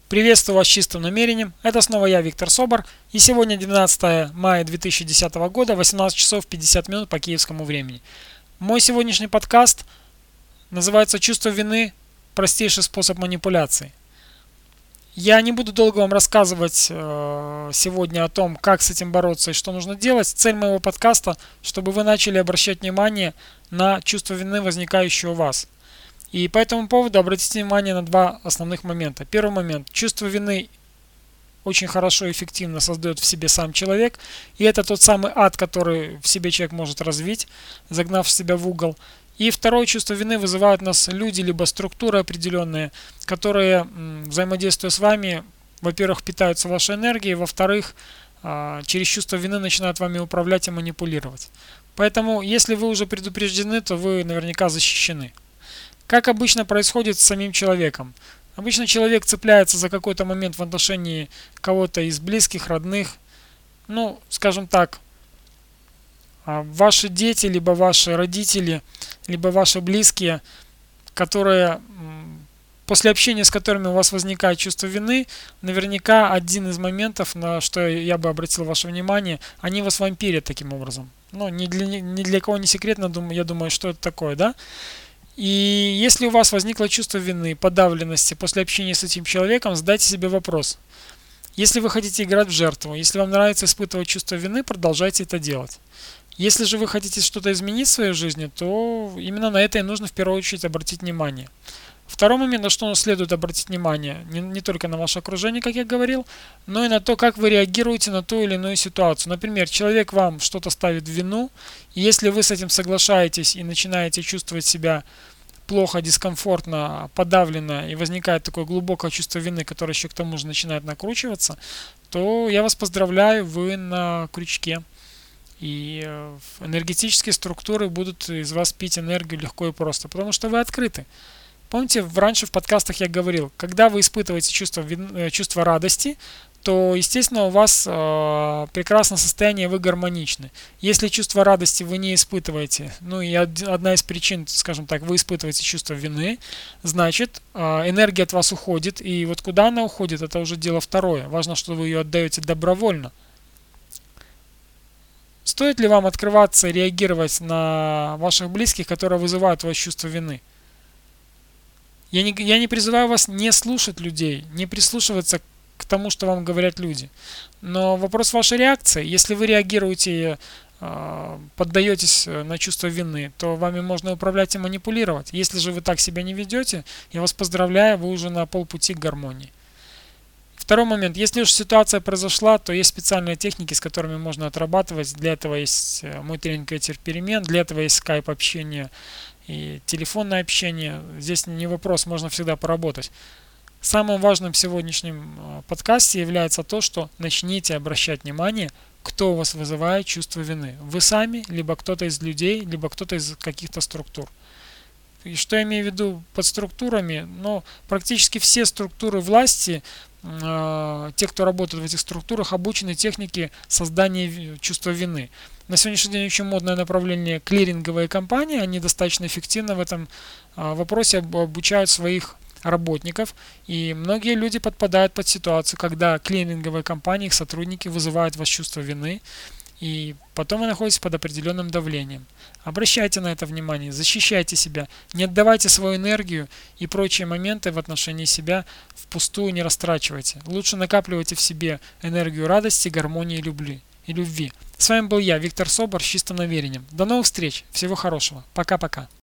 Приветствую вас с чистым намерением. Это снова я, Виктор Собор. И сегодня 12 мая 2010 года, 18 часов 50 минут по киевскому времени. Мой сегодняшний подкаст называется «Чувство вины. Простейший способ манипуляции». Я не буду долго вам рассказывать сегодня о том, как с этим бороться и что нужно делать. Цель моего подкаста, чтобы вы начали обращать внимание на чувство вины, возникающее у вас. И по этому поводу обратите внимание на два основных момента. Первый момент. Чувство вины очень хорошо и эффективно создает в себе сам человек. И это тот самый ад, который в себе человек может развить, загнав себя в угол. И второе, чувство вины вызывают нас люди, либо структуры определенные, которые, взаимодействуя с вами, во-первых, питаются вашей энергией, во-вторых, через чувство вины начинают вами управлять и манипулировать. Поэтому, если вы уже предупреждены, то вы наверняка защищены. Как обычно происходит с самим человеком? Обычно человек цепляется за какой-то момент в отношении кого-то из близких, родных. Скажем так, ваши дети, либо ваши родители, либо ваши близкие, которые после общения с которыми у вас возникает чувство вины, наверняка один из моментов, на что я бы обратил ваше внимание, они вас вампирят таким образом. Ни для кого не секретно, я думаю, что это такое, да? И если у вас возникло чувство вины, подавленности после общения с этим человеком, задайте себе вопрос. Если вы хотите играть в жертву, если вам нравится испытывать чувство вины, продолжайте это делать. Если же вы хотите что-то изменить в своей жизни, то именно на это и нужно в первую очередь обратить внимание. Второй момент, на что следует обратить внимание, не только на ваше окружение, как я говорил, но и на то, как вы реагируете на ту или иную ситуацию. Например, человек вам что-то ставит в вину, и если вы с этим соглашаетесь и начинаете чувствовать себя плохо, дискомфортно, подавленно, и возникает такое глубокое чувство вины, которое еще к тому же начинает накручиваться, то я вас поздравляю, вы на крючке. И энергетические структуры будут из вас пить энергию легко и просто, потому что вы открыты. Помните, раньше в подкастах я говорил, когда вы испытываете чувство радости, то, естественно, у вас прекрасное состояние, вы гармоничны. Если чувство радости вы не испытываете, и одна из причин, скажем так, вы испытываете чувство вины, значит, энергия от вас уходит, и вот куда она уходит, это уже дело второе. Важно, что вы ее отдаете добровольно. Стоит ли вам открываться и реагировать на ваших близких, которые вызывают у вас чувство вины? Я не призываю вас не слушать людей, не прислушиваться к тому, что вам говорят люди. Но вопрос вашей реакции. Если вы реагируете, поддаетесь на чувство вины, то вами можно управлять и манипулировать. Если же вы так себя не ведете, я вас поздравляю, вы уже на полпути к гармонии. Второй момент. Если уж ситуация произошла, то есть специальные техники, с которыми можно отрабатывать. Для этого есть мой тренинг «Ветер перемен», для этого есть скайп-общение и телефонное общение. Здесь не вопрос, можно всегда поработать. Самым важным в сегодняшнем подкасте является то, что начните обращать внимание, кто у вас вызывает чувство вины. Вы сами, либо кто-то из людей, либо кто-то из каких-то структур. И что я имею в виду под структурами? Практически все структуры власти, те, кто работает в этих структурах, обучены технике создания чувства вины. На сегодняшний день очень модное направление клиринговые компании, они достаточно эффективно в этом вопросе обучают своих работников, и многие люди подпадают под ситуацию, когда клиринговые компании, их сотрудники вызывают у вас чувство вины, и потом вы находитесь под определенным давлением. Обращайте на это внимание, защищайте себя, не отдавайте свою энергию и прочие моменты в отношении себя впустую не растрачивайте. Лучше накапливайте в себе энергию радости, гармонии и любви. С вами был я, Виктор Собор, с чистым намерением. До новых встреч, всего хорошего, пока-пока.